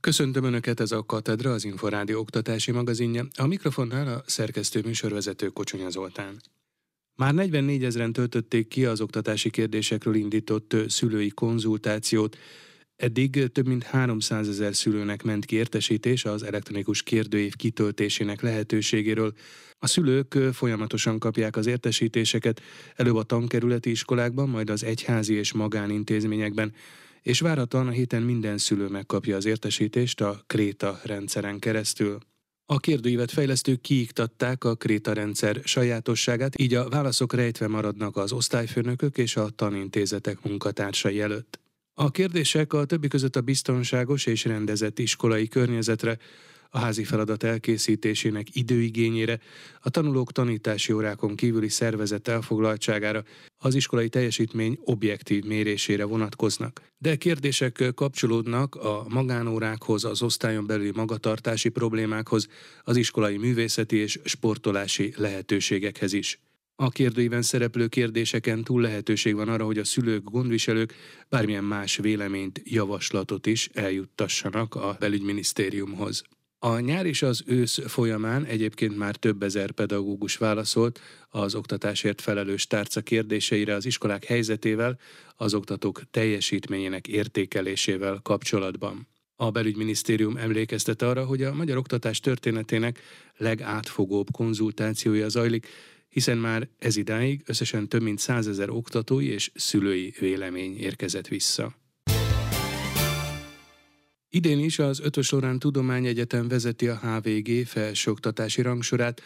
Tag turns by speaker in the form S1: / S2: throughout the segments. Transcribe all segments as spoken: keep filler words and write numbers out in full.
S1: Köszöntöm Önöket, ez a Katedra, az Inforádió oktatási magazinja. A mikrofonnál a szerkesztő műsorvezető Kocsonya Zoltán. Már negyvennégyezren töltötték ki az oktatási kérdésekről indított szülői konzultációt. Eddig több mint háromszázezer szülőnek ment ki értesítés az elektronikus kérdőív kitöltésének lehetőségéről. A szülők folyamatosan kapják az értesítéseket, előbb a tankerületi iskolákban, majd az egyházi és magánintézményekben, és várhatóan a héten minden szülő megkapja az értesítést a Kréta rendszeren keresztül. A kérdőívet fejlesztők kiiktatták a Kréta rendszer sajátosságát, így a válaszok rejtve maradnak az osztályfőnökök és a tanintézetek munkatársai előtt. A kérdések a többi között a biztonságos és rendezett iskolai környezetre, a házi feladat elkészítésének időigényére, a tanulók tanítási órákon kívüli szervezett elfoglaltságára, az iskolai teljesítmény objektív mérésére vonatkoznak. De kérdések kapcsolódnak a magánórákhoz, az osztályon belüli magatartási problémákhoz, az iskolai művészeti és sportolási lehetőségekhez is. A kérdőíven szereplő kérdéseken túl lehetőség van arra, hogy a szülők, gondviselők bármilyen más véleményt, javaslatot is eljuttassanak a belügyminisztériumhoz. A nyár és az ősz folyamán egyébként már több ezer pedagógus válaszolt az oktatásért felelős tárca kérdéseire az iskolák helyzetével, az oktatók teljesítményének értékelésével kapcsolatban. A belügyminisztérium emlékeztet arra, hogy a magyar oktatás történetének legátfogóbb konzultációja zajlik, hiszen már ezidáig összesen több mint százezer oktatói és szülői vélemény érkezett vissza. Idén is az Eötvös Loránd Tudományegyetem vezeti a há vé gé felsőoktatási rangsorát,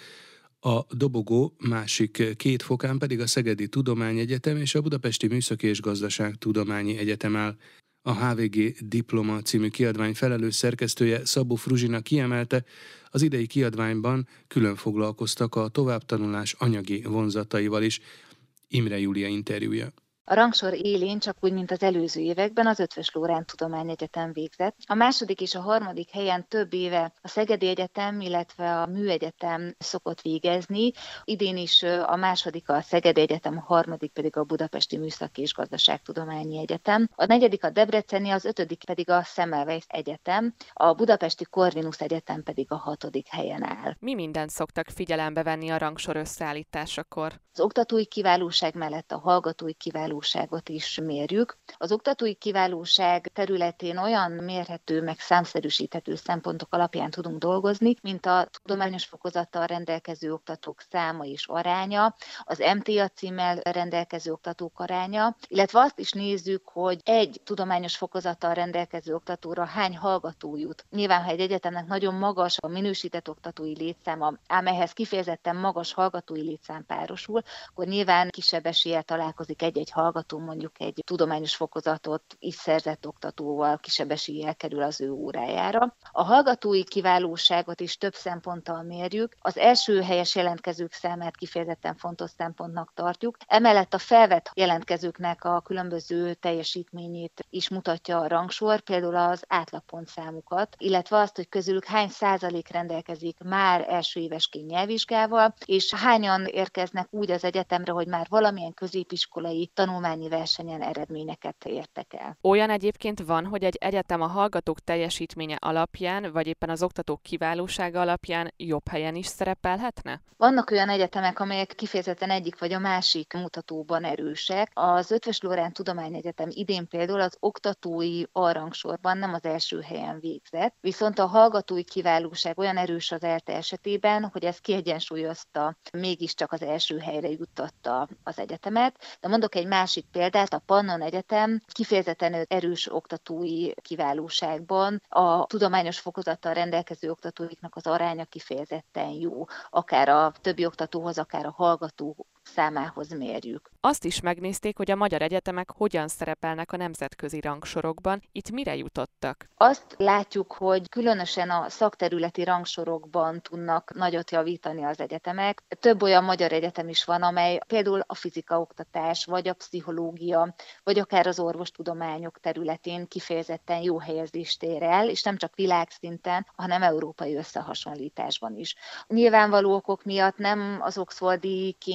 S1: a dobogó másik két fokán pedig a Szegedi Tudományegyetem és a Budapesti Műszaki és Gazdaságtudományi Egyetem áll. A há vé gé Diploma című kiadvány felelős szerkesztője Szabó Fruzsina kiemelte, az idei kiadványban külön foglalkoztak a továbbtanulás anyagi vonzataival is. Imre Júlia interjúja.
S2: A rangsor élén, csak úgy, mint az előző években, az Eötvös Loránd Tudományegyetem végzett. A második és a harmadik helyen több éve a Szegedi Egyetem, illetve a Műegyetem szokott végezni. Idén is a második a Szegedi Egyetem, a harmadik pedig a Budapesti Műszaki és Gazdaságtudományi Egyetem. A negyedik a Debreceni, az ötödik pedig a Semmelweis Egyetem, a Budapesti Corvinus Egyetem pedig a hatodik helyen áll.
S3: Mi mindent szoktak figyelembe venni a rangsor összeállításakor?
S2: Az oktatói kiválóság mellett a hallgatói kiválóságot is mérjük. Az oktatói kiválóság területén olyan mérhető, meg számszerűsíthető szempontok alapján tudunk dolgozni, mint a tudományos fokozattal rendelkező oktatók száma és aránya, az em té á címmel rendelkező oktatók aránya, illetve azt is nézzük, hogy egy tudományos fokozattal rendelkező oktatóra hány hallgató jut. Nyilván, ha egy egyetemnek nagyon magas a minősített oktatói létszáma, ám ehhez kifejezetten magas hallgatói létszám párosul, akkor nyilván kisebb eséllyel találkozik egy-egy hallgató, mondjuk egy tudományos fokozatot is szerzett oktatóval, kisebb eséllyel kerül az ő órájára. A hallgatói kiválóságot is több szemponttal mérjük. Az első helyes jelentkezők számát kifejezetten fontos szempontnak tartjuk. Emellett a felvett jelentkezőknek a különböző teljesítményét is mutatja a rangsor, például az átlagpontszámukat, illetve azt, hogy közülük hány százalék rendelkezik már első évesként nyelvvizsgával, és hányan érkeznek úgy az egyetemre, hogy már valamilyen középiskolai tanulmányi versenyen eredményeket értek el.
S3: Olyan egyébként van, hogy egy egyetem a hallgatók teljesítménye alapján, vagy éppen az oktatók kiválósága alapján jobb helyen is szerepelhetne?
S2: Vannak olyan egyetemek, amelyek kifejezetten egyik vagy a másik mutatóban erősek. Az Eötvös Loránd Tudományegyetem idén például az oktatói alrangsorban nem az első helyen végzett, viszont a hallgatói kiválóság olyan erős az ELTE esetében, hogy ez kiegyensúlyozta, mégiscsak az első helyre juttatta az egyetemet. De mondok egy másik példát, a Pannon Egyetem kifejezetten erős oktatói kiválóságban a tudományos fokozattal rendelkező oktatóiknak az aránya kifejezetten jó, akár a többi oktatóhoz, akár a hallgató számához mérjük.
S3: Azt is megnézték, hogy a magyar egyetemek hogyan szerepelnek a nemzetközi rangsorokban. Itt mire jutottak?
S2: Azt látjuk, hogy különösen a szakterületi rangsorokban tudnak nagyot javítani az egyetemek. Több olyan magyar egyetem is van, amely például a fizikaoktatás, vagy a pszichológia, vagy akár az orvostudományok területén kifejezetten jó helyezést ér el, és nem csak világszinten, hanem európai összehasonlításban is. Nyilvánvaló okok miatt nem az oxfordi, cambridge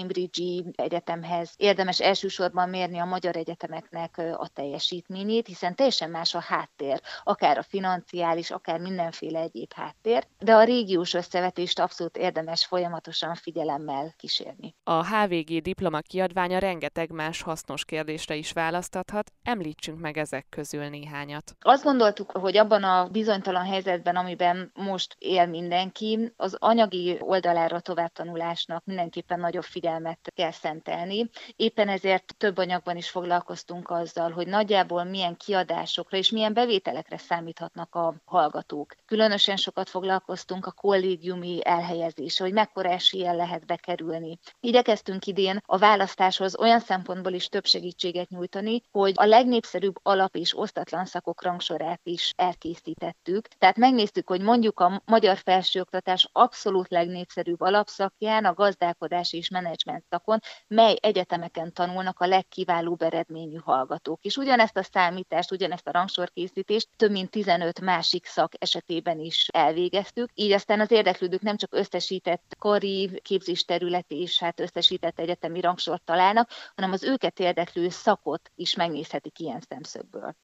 S2: oktatási egyetemhez érdemes elsősorban mérni a magyar egyetemeknek a teljesítményét, hiszen teljesen más a háttér, akár a financiális, akár mindenféle egyéb háttér, de a régiós összevetést abszolút érdemes folyamatosan figyelemmel kísérni.
S3: A há vé gé diploma kiadványa rengeteg más hasznos kérdésre is választathat, említsünk meg ezek közül néhányat.
S2: Azt gondoltuk, hogy abban a bizonytalan helyzetben, amiben most él mindenki, az anyagi oldalára továbbtanulásnak mindenképpen nagyobb figyelmet kell szentelni. Éppen ezért több anyagban is foglalkoztunk azzal, hogy nagyjából milyen kiadásokra és milyen bevételekre számíthatnak a hallgatók. Különösen sokat foglalkoztunk a kollégiumi elhelyezésre, hogy mekkora eséllyel lehet bekerülni. Igyekeztünk idén a választáshoz olyan szempontból is több segítséget nyújtani, hogy a legnépszerűbb alap- és osztatlan szakok rangsorát is elkészítettük. Tehát megnéztük, hogy mondjuk a magyar felsőoktatás abszolút legnépszerűbb alapszakján, a gazdálkodás és menedzsment szakon, mely egyetemeken tanulnak a legkiválóbb eredményű hallgatók. És ugyanezt a számítást, ugyanezt a rangsorkészítést több mint tizenöt másik szak esetében is elvégeztük. Így aztán az érdeklődők nem csak összesített kari, képzésterületi és hát összesített egyetemi rangsort találnak, hanem az őket érdeklő szakot is megnézhetik ilyen szemszögből.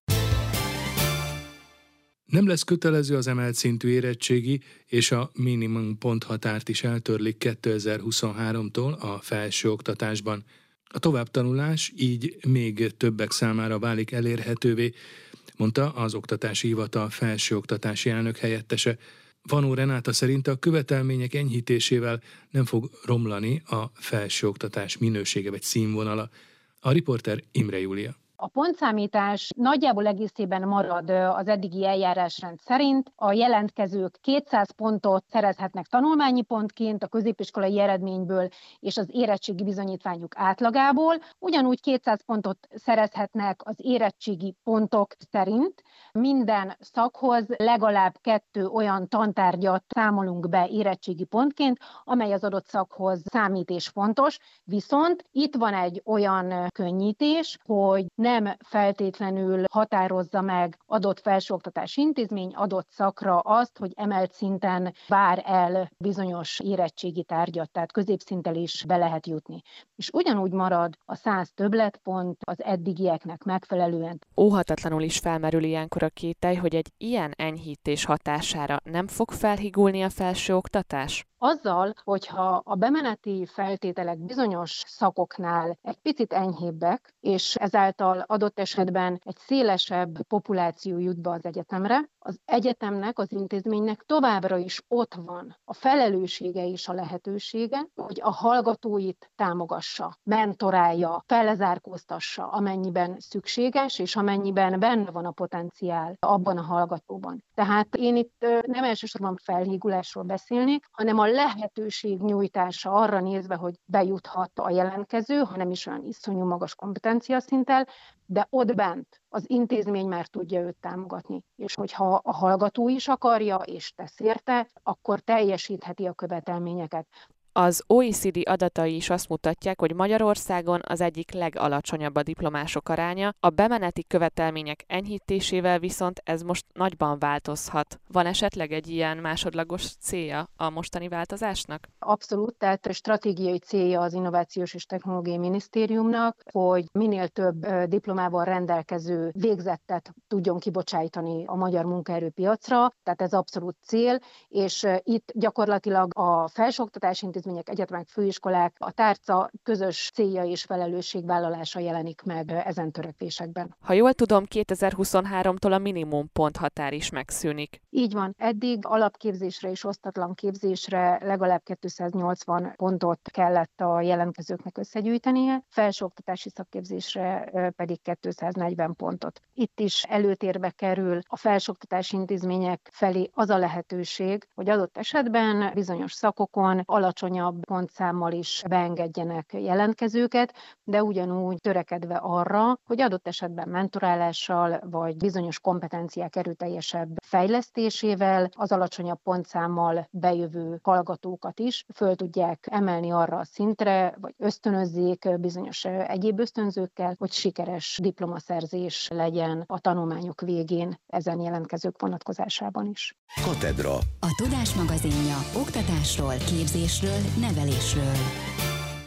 S1: Nem lesz kötelező az emelt szintű érettségi, és a minimum ponthatárt is eltörlik kétezer-huszonháromtól a felsőoktatásban. A továbbtanulás így még többek számára válik elérhetővé, mondta az Oktatási Hivatal felsőoktatási elnök helyettese. Vanó Renáta szerint a követelmények enyhítésével nem fog romlani a felsőoktatás minősége vagy színvonala. A riporter Imre Júlia.
S4: A pontszámítás nagyjából egészében marad az eddigi eljárásrend szerint. A jelentkezők kétszáz pontot szerezhetnek tanulmányi pontként a középiskolai eredményből és az érettségi bizonyítványuk átlagából. Ugyanúgy kétszáz pontot szerezhetnek az érettségi pontok szerint. Minden szakhoz legalább kettő olyan tantárgyat számolunk be érettségi pontként, amely az adott szakhoz számít és fontos. Viszont itt van egy olyan könnyítés, hogy nem nem feltétlenül határozza meg adott felsőoktatási intézmény adott szakra azt, hogy emelt szinten vár el bizonyos érettségi tárgyat, tehát középszinttel is be lehet jutni. És ugyanúgy marad a száz többletpont az eddigieknek megfelelően.
S3: Óhatatlanul is felmerül ilyenkor a kételj, hogy egy ilyen enyhítés hatására nem fog felhigulni a felsőoktatás?
S4: Azzal, hogyha a bemeneti feltételek bizonyos szakoknál egy picit enyhébbek, és ezáltal adott esetben egy szélesebb populáció jut be az egyetemre, az egyetemnek, az intézménynek továbbra is ott van a felelőssége és a lehetősége, hogy a hallgatóit támogassa, mentorálja, felzárkóztassa, amennyiben szükséges, és amennyiben benne van a potenciál abban a hallgatóban. Tehát én itt nem elsősorban felhígulásról beszélnék, hanem a lehetőség nyújtása arra nézve, hogy bejuthat a jelentkező, ha nem is olyan iszonyú magas kompetenciaszinttel, de ott bent az intézmény már tudja őt támogatni. És hogyha a hallgató is akarja és tesz érte, akkor teljesítheti a követelményeket.
S3: Az o e cé dé adatai is azt mutatják, hogy Magyarországon az egyik legalacsonyabb a diplomások aránya, a bemeneti követelmények enyhítésével viszont ez most nagyban változhat. Van esetleg egy ilyen másodlagos célja a mostani változásnak?
S4: Abszolút, tehát stratégiai célja az Innovációs és Technológiai Minisztériumnak, hogy minél több diplomával rendelkező végzettet tudjon kibocsájtani a magyar munkaerőpiacra, tehát ez abszolút cél, és itt gyakorlatilag a felsőoktatási intézmények, egyetemek, főiskolák, a tárca közös célja és felelősségvállalása jelenik meg ezen törekvésekben.
S3: Ha jól tudom, kétezer-huszonháromtól a minimum ponthatár is megszűnik.
S4: Így van, eddig alapképzésre és osztatlan képzésre legalább kétszáznyolcvan pontot kellett a jelentkezőknek összegyűjtenie, felsőoktatási szakképzésre pedig kétszáznegyven pontot. Itt is előtérbe kerül a felsőoktatási intézmények felé az a lehetőség, hogy adott esetben bizonyos szakokon alacsonyabb pontszámmal is beengedjenek jelentkezőket, de ugyanúgy törekedve arra, hogy adott esetben mentorálással vagy bizonyos kompetenciák erőteljesebb fejlesztésével az alacsonyabb pontszámmal bejövő hallgatókat is föl tudják emelni arra a szintre, vagy ösztönözzék bizonyos egyéb ösztönzőkkel, hogy sikeres diplomaszerzés legyen a tanulmányok végén ezen jelentkezők vonatkozásában is.
S5: Katedra. A Tudás magazinja oktatásról, képzésről, nevelésről.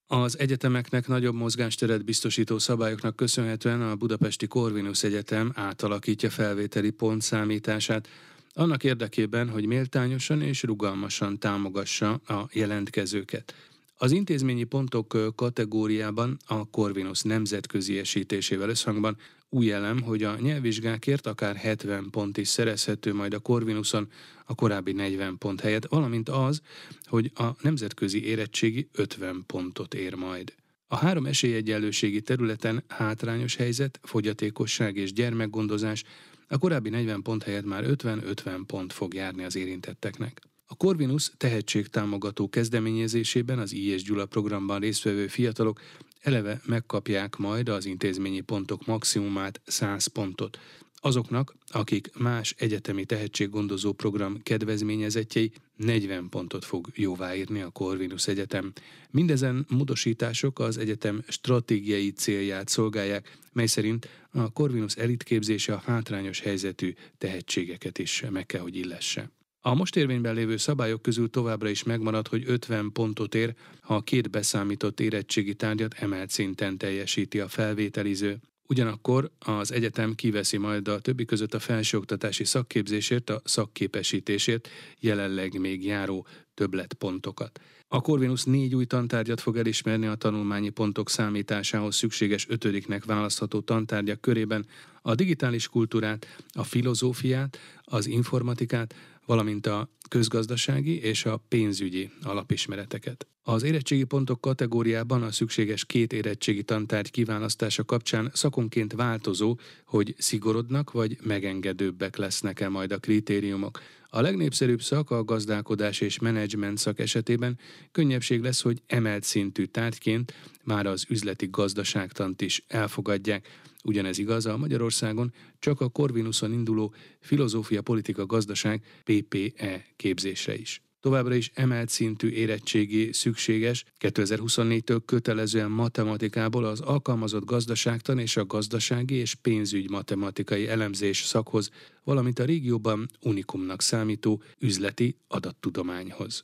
S1: Az egyetemeknek nagyobb mozgásteret biztosító szabályoknak köszönhetően a Budapesti Corvinus Egyetem átalakítja felvételi pontszámítását, annak érdekében, hogy méltányosan és rugalmasan támogassa a jelentkezőket. Az intézményi pontok kategóriában a Corvinus nemzetközi esítésével összhangban új elem, hogy a nyelvvizsgákért akár hetven pont is szerezhető majd a Corvinuson a korábbi negyven pont helyett, valamint az, hogy a nemzetközi érettségi ötven pontot ér majd. A három esélyegyenlőségi területen hátrányos helyzet, fogyatékosság és gyermekgondozás a korábbi negyven pont helyett már ötven-ötven pont fog járni az érintetteknek. A Corvinus tehetségtámogató kezdeményezésében az I. és Gyula programban résztvevő fiatalok eleve megkapják majd az intézményi pontok maximumát, száz pontot. Azoknak, akik más egyetemi tehetséggondozó program kedvezményezettjei, negyven pontot fog jóváírni a Corvinus Egyetem. Mindezen módosítások az egyetem stratégiai célját szolgálják, mely szerint a Corvinus elitképzése a hátrányos helyzetű tehetségeket is meg kell, hogy illesse. A most érvényben lévő szabályok közül továbbra is megmarad, hogy ötven pontot ér, ha a két beszámított érettségi tárgyat emelt szinten teljesíti a felvételiző. Ugyanakkor az egyetem kiveszi majd a többi között a felsőoktatási szakképzésért, a szakképesítésért jelenleg még járó többletpontokat. A Corvinus négy új tantárgyat fog elismerni a tanulmányi pontok számításához szükséges ötödiknek választható tantárgyak körében, a digitális kultúrát, a filozófiát, az informatikát, valamint a közgazdasági és a pénzügyi alapismereteket. Az érettségi pontok kategóriában a szükséges két érettségi tantárgy kiválasztása kapcsán szakonként változó, hogy szigorodnak vagy megengedőbbek lesznek-e majd a kritériumok. A legnépszerűbb szak, a gazdálkodás és menedzsment szak esetében könnyebbség lesz, hogy emelt szintű tárgyként már az üzleti gazdaságtant is elfogadják. Ugyanez igaz a Magyarországon csak a Corvinuson induló filozófia, politika, gazdaság P P E képzésre is. Továbbra is emelt szintű érettségi szükséges, kétezer-huszonnégytől kötelezően matematikából az alkalmazott gazdaságtan és a gazdasági és pénzügy matematikai elemzés szakhoz, valamint a régióban unikumnak számító üzleti adattudományhoz.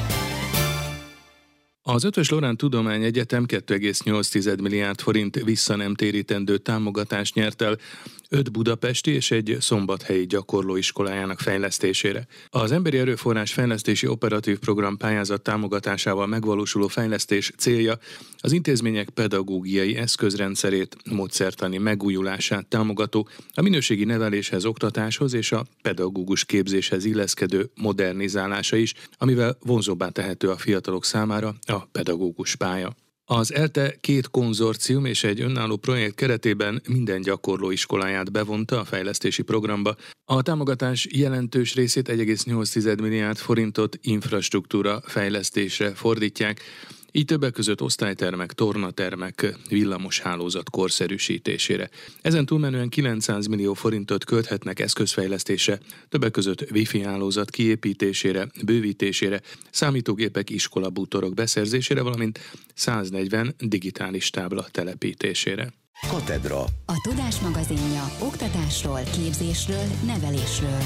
S1: Az Eötvös Loránd Tudományegyetem két egész nyolc milliárd forint visszanemtérítendő támogatást nyert el öt budapesti és egy szombathelyi gyakorlóiskolájának fejlesztésére. Az Emberi Erőforrás Fejlesztési Operatív Program pályázat támogatásával megvalósuló fejlesztés célja az intézmények pedagógiai eszközrendszerét, módszertani megújulását támogató, a minőségi neveléshez, oktatáshoz és a pedagógus képzéshez illeszkedő modernizálása is, amivel vonzóbbá tehető a fiatalok számára a pedagógus pálya. Az ELTE két konzorcium és egy önálló projekt keretében minden gyakorlóiskoláját bevonta a fejlesztési programba. A támogatás jelentős részét egy egész nyolc milliárd forintot infrastruktúra fejlesztésre fordítják, így többek között osztálytermek, tornatermek, villamos hálózat korszerűsítésére. Ezen túlmenően kilencszáz millió forintot költhetnek eszközfejlesztésre, többek között wifi hálózat kiépítésére, bővítésére, számítógépek, iskolabútorok beszerzésére, valamint száznegyven digitális tábla telepítésére.
S5: Katedra. A Tudás magazinja oktatásról, képzésről, nevelésről.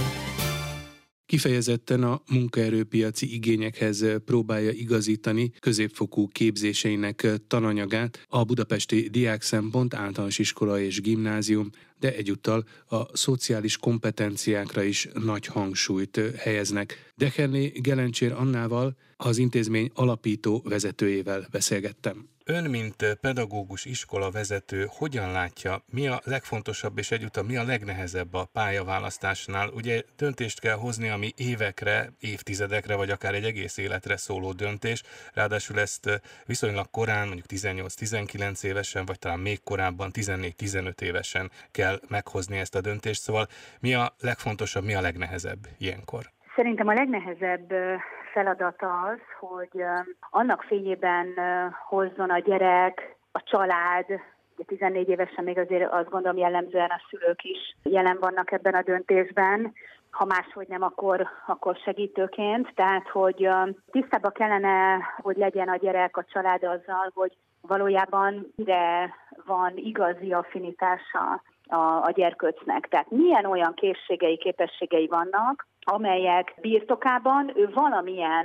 S1: Kifejezetten a munkaerőpiaci igényekhez próbálja igazítani középfokú képzéseinek tananyagát a Budapesti Diákszempont Általános Iskola és Gimnázium, de egyúttal a szociális kompetenciákra is nagy hangsúlyt helyeznek. Decherné Gelencsér Annával, az intézmény alapító vezetőjével beszélgettem.
S6: Ön, mint pedagógus, iskolavezető, hogyan látja, mi a legfontosabb és egyúttal mi a legnehezebb a pályaválasztásnál? Ugye döntést kell hozni, ami évekre, évtizedekre, vagy akár egy egész életre szóló döntés, ráadásul ezt viszonylag korán, mondjuk tizennyolc-tizenkilenc évesen, vagy talán még korábban, tizennégy-tizenöt évesen kell meghozni ezt a döntést, szóval mi a legfontosabb, mi a legnehezebb ilyenkor?
S7: Szerintem a legnehezebb feladata az, hogy annak fényében hozzon a gyerek, a család, tizennégy évesen még azért azt gondolom jellemzően a szülők is jelen vannak ebben a döntésben, ha máshogy nem, akkor, akkor segítőként. Tehát, hogy tisztában kellene, hogy legyen a gyerek, a család azzal, hogy valójában mire van igazi affinitása a, a gyerkőcnek. Tehát milyen olyan készségei, képességei vannak, amelyek birtokában ő valamilyen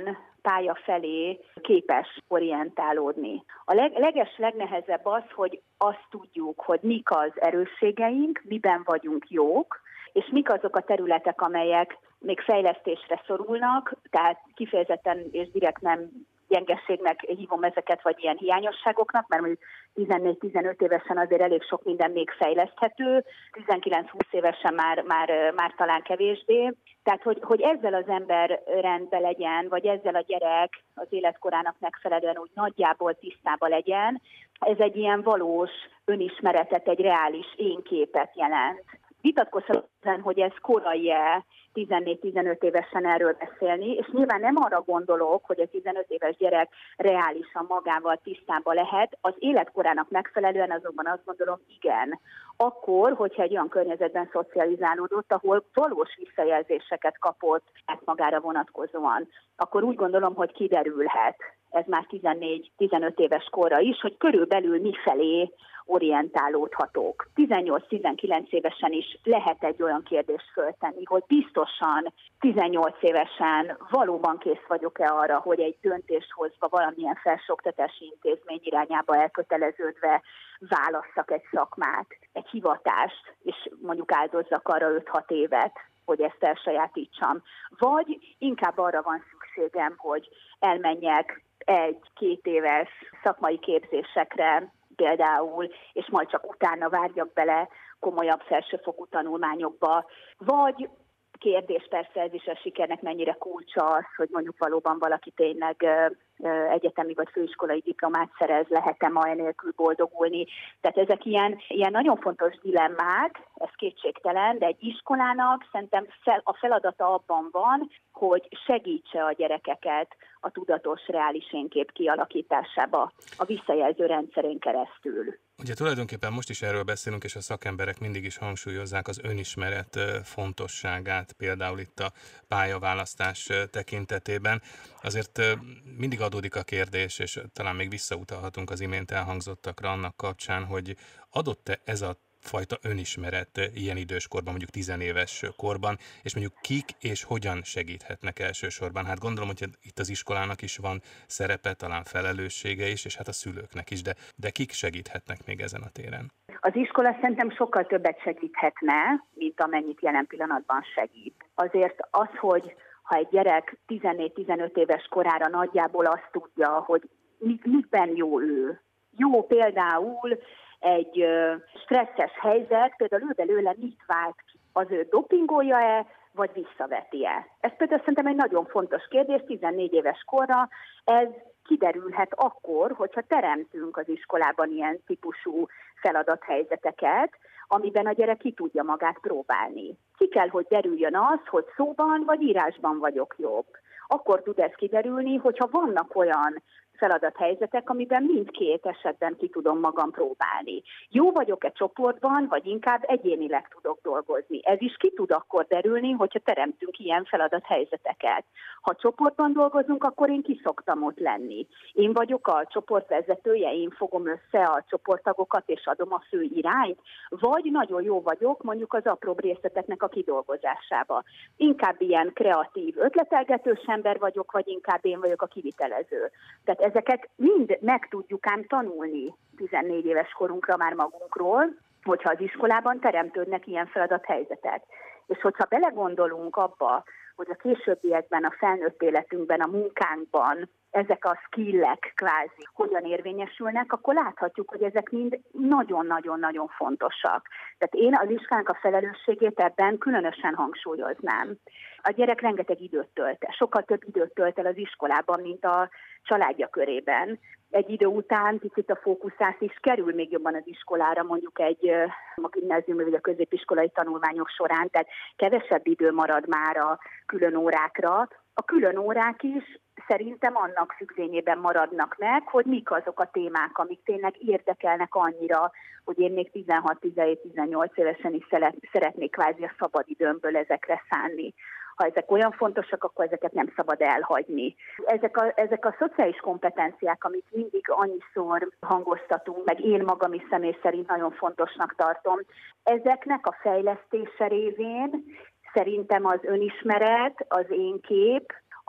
S7: pálya felé képes orientálódni. A leg, leges legnehezebb az, hogy azt tudjuk, hogy mik az erősségeink, miben vagyunk jók, és mik azok a területek, amelyek még fejlesztésre szorulnak, tehát kifejezetten és direkt nem gyengességnek hívom ezeket, vagy ilyen hiányosságoknak, mert mondjuk tizennégy-tizenöt évesen azért elég sok minden még fejleszthető, tizenkilenc-húsz évesen már, már, már talán kevésbé. Tehát, hogy, hogy ezzel az ember rendben legyen, vagy ezzel a gyerek az életkorának megfelelően úgy nagyjából tisztában legyen, ez egy ilyen valós önismeretet, egy reális énképet jelent. Vitatkozhatatlan, hogy ez korai-e tizennégy-tizenöt évesen erről beszélni, és nyilván nem arra gondolok, hogy a tizenöt éves gyerek reálisan magával tisztában lehet, az életkorának megfelelően azonban azt gondolom, igen. Akkor, hogyha egy olyan környezetben szocializálódott, ahol valós visszajelzéseket kapott magára vonatkozóan, akkor úgy gondolom, hogy kiderülhet, ez már tizennégy-tizenöt éves korra is, hogy körülbelül mifelé orientálódhatók. tizennyolc-tizenkilenc évesen is lehet egy olyan kérdést föltenni, hogy biztosan tizennyolc évesen valóban kész vagyok-e arra, hogy egy döntést hozva valamilyen felsőoktatási intézmény irányába elköteleződve válasszak egy szakmát, egy hivatást, és mondjuk áldozzak arra öt-hat évet, hogy ezt elsajátítsam. Vagy inkább arra van szükségem, hogy elmenjek egy-két éves szakmai képzésekre, például, és majd csak utána vágjak bele komolyabb felsőfokú tanulmányokba, vagy kérdés persze ez is a sikernek mennyire kulcsa az, hogy mondjuk valóban valaki tényleg egyetemi vagy főiskolai diplomát szerez, lehet-e ma enélkül boldogulni. Tehát ezek ilyen, ilyen nagyon fontos dilemmák, ez kétségtelen, de egy iskolának szerintem fel, a feladata abban van, hogy segítse a gyerekeket a tudatos reális énkép kialakításába a visszajelző rendszerén keresztül.
S6: Ugye tulajdonképpen most is erről beszélünk, és a szakemberek mindig is hangsúlyozzák az önismeret fontosságát, például itt a pályaválasztás tekintetében. Azért mindig adódik a kérdés, és talán még visszautalhatunk az imént elhangzottakra annak kapcsán, hogy adott-e ez a fajta önismeret ilyen időskorban, mondjuk tizenéves korban, és mondjuk kik és hogyan segíthetnek elsősorban. Hát gondolom, hogy itt az iskolának is van szerepe, talán felelőssége is, és hát a szülőknek is, de, de kik segíthetnek még ezen a téren?
S7: Az iskola szerintem sokkal többet segíthetne, mint amennyit jelen pillanatban segít. Azért az, hogy ha egy gyerek tizennégy-tizenöt éves korára nagyjából azt tudja, hogy mikben jó ő. Jó például egy stresszes helyzet, például ő belőle mit vált ki? Az ő dopingolja-e, vagy visszaveti-e? Ez például szerintem egy nagyon fontos kérdés, tizennégy éves korra ez kiderülhet akkor, hogyha teremtünk az iskolában ilyen típusú feladathelyzeteket, amiben a gyerek ki tudja magát próbálni. Ki kell, hogy derüljön az, hogy szóban vagy írásban vagyok jobb. Akkor tud ez kiderülni, hogyha vannak olyan feladathelyzetek, amiben mindkét esetben ki tudom magam próbálni. Jó vagyok-e csoportban, vagy inkább egyénileg tudok dolgozni. Ez is ki tud akkor derülni, hogyha teremtünk ilyen feladathelyzeteket. Ha csoportban dolgozunk, akkor én ki szoktam ott lenni. Én vagyok a csoport vezetője, én fogom össze a csoporttagokat és adom a fő irányt, vagy nagyon jó vagyok mondjuk az apróbb részleteknek a kidolgozásába. Inkább ilyen kreatív, ötletelgetős ember vagyok, vagy inkább én vagyok a kivitelező. Tehát ezeket mind meg tudjuk ám tanulni tizennégy éves korunkra már magunkról, hogyha az iskolában teremtődnek ilyen feladathelyzetek. És hogyha belegondolunk abba, hogy a későbbiekben, a felnőtt életünkben, a munkánkban ezek a skillek kvázi hogyan érvényesülnek, akkor láthatjuk, hogy ezek mind nagyon-nagyon-nagyon fontosak. Tehát én az iskolának a felelősségét ebben különösen hangsúlyoznám. A gyerek rengeteg időt tölt el, sokkal több időt tölt el az iskolában, mint a családja körében. Egy idő után picit a fókuszász is kerül még jobban az iskolára, mondjuk egy a gimnázium vagy a középiskolai tanulmányok során, tehát kevesebb idő marad már a külön órákra. A külön órák is szerintem annak függvényében maradnak meg, hogy mik azok a témák, amik tényleg érdekelnek annyira, hogy én még tizenhat-tizenhét-tizennyolc évesen is szeretnék kvázi a szabadidőmből ezekre szánni. Ha ezek olyan fontosak, akkor ezeket nem szabad elhagyni. Ezek a, ezek a szociális kompetenciák, amit mindig annyiszor hangoztatunk, meg én magam is személy szerint nagyon fontosnak tartom, ezeknek a fejlesztése révén szerintem az önismeret, az énkép, az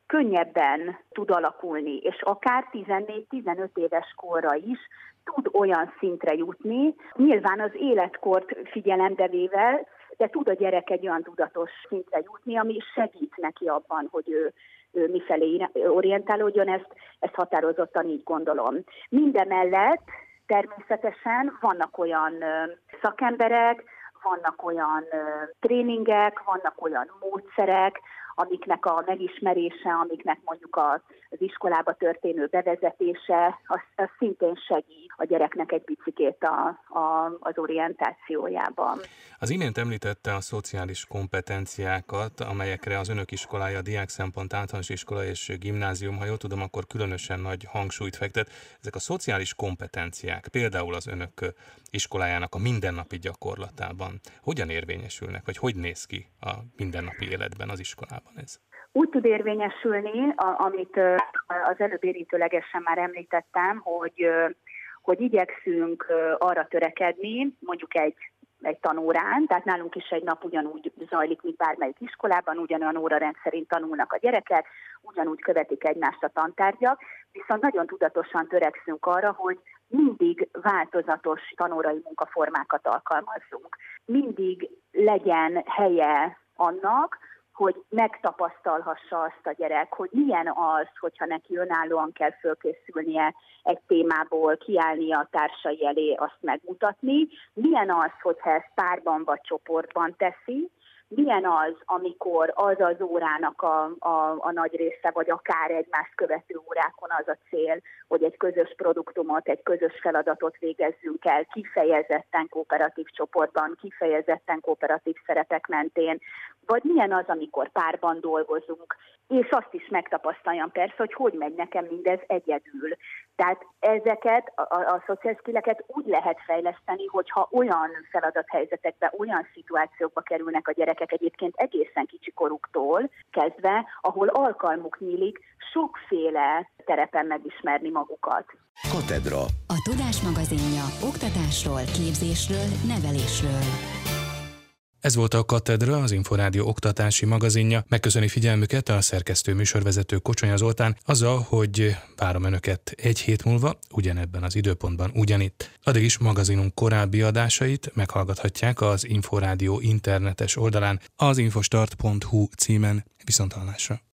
S7: könnyebben tud alakulni, és akár tizennégy-tizenöt éves korra is tud olyan szintre jutni, nyilván az életkort figyelembe véve, de tud a gyerek egy olyan tudatos szintre jutni, ami segít neki abban, hogy ő, ő mifelé orientálódjon, ezt, ezt határozottan így gondolom. Mindemellett természetesen vannak olyan szakemberek, vannak olyan tréningek, vannak olyan módszerek, amiknek a megismerése, amiknek mondjuk az iskolába történő bevezetése, az, az szintén segít a gyereknek egy picikét a, a, az orientációjában.
S6: Az imént említette a szociális kompetenciákat, amelyekre az önök iskolája, a Diák Szempont Általános Iskola és Gimnázium, ha jól tudom, akkor különösen nagy hangsúlyt fektet. Ezek a szociális kompetenciák például az önök iskolájának a mindennapi gyakorlatában hogyan érvényesülnek, vagy hogy néz ki a mindennapi életben az iskolában ez?
S7: Úgy tud érvényesülni, amit az előbb érintőlegesen már említettem, hogy, hogy igyekszünk arra törekedni, mondjuk egy, egy tanórán, tehát nálunk is egy nap ugyanúgy zajlik, mint bármelyik iskolában, ugyanolyan órarend szerint tanulnak a gyerekek, ugyanúgy követik egymást a tantárgyak, viszont nagyon tudatosan törekszünk arra, hogy mindig változatos tanórai munkaformákat alkalmazzunk. Mindig legyen helye annak, hogy megtapasztalhassa azt a gyerek, hogy milyen az, hogyha neki önállóan kell fölkészülnie egy témából, kiállnia a társai elé, azt megmutatni, milyen az, hogyha ezt párban vagy csoportban teszi, milyen az, amikor az az órának a, a, a nagy része, vagy akár egymást követő órákon az a cél, hogy egy közös produktumot, egy közös feladatot végezzünk el, kifejezetten kooperatív csoportban, kifejezetten kooperatív szerepek mentén, vagy milyen az, amikor párban dolgozunk, és azt is megtapasztaljam persze, hogy hogy megy nekem mindez egyedül. Tehát ezeket, a, a, a social skilleket úgy lehet fejleszteni, hogyha olyan feladathelyzetekbe, olyan szituációkba kerülnek a gyerekek egyébként egészen kicsi koruktól kezdve, ahol alkalmuk nyílik sokféle terepen megismerni magukat.
S5: Katedra. A Tudás magazinja oktatásról, képzésről, nevelésről.
S1: Ez volt a Katedra, az Inforádió oktatási magazinja. Megköszöni figyelmüket a szerkesztő műsorvezető Kocsonya Zoltán, azzal, hogy várom önöket egy hét múlva, ugyanebben az időpontban ugyanitt. Addig is magazinunk korábbi adásait meghallgathatják az Inforádió internetes oldalán, az infostart pont hu címen. Viszonthallásra.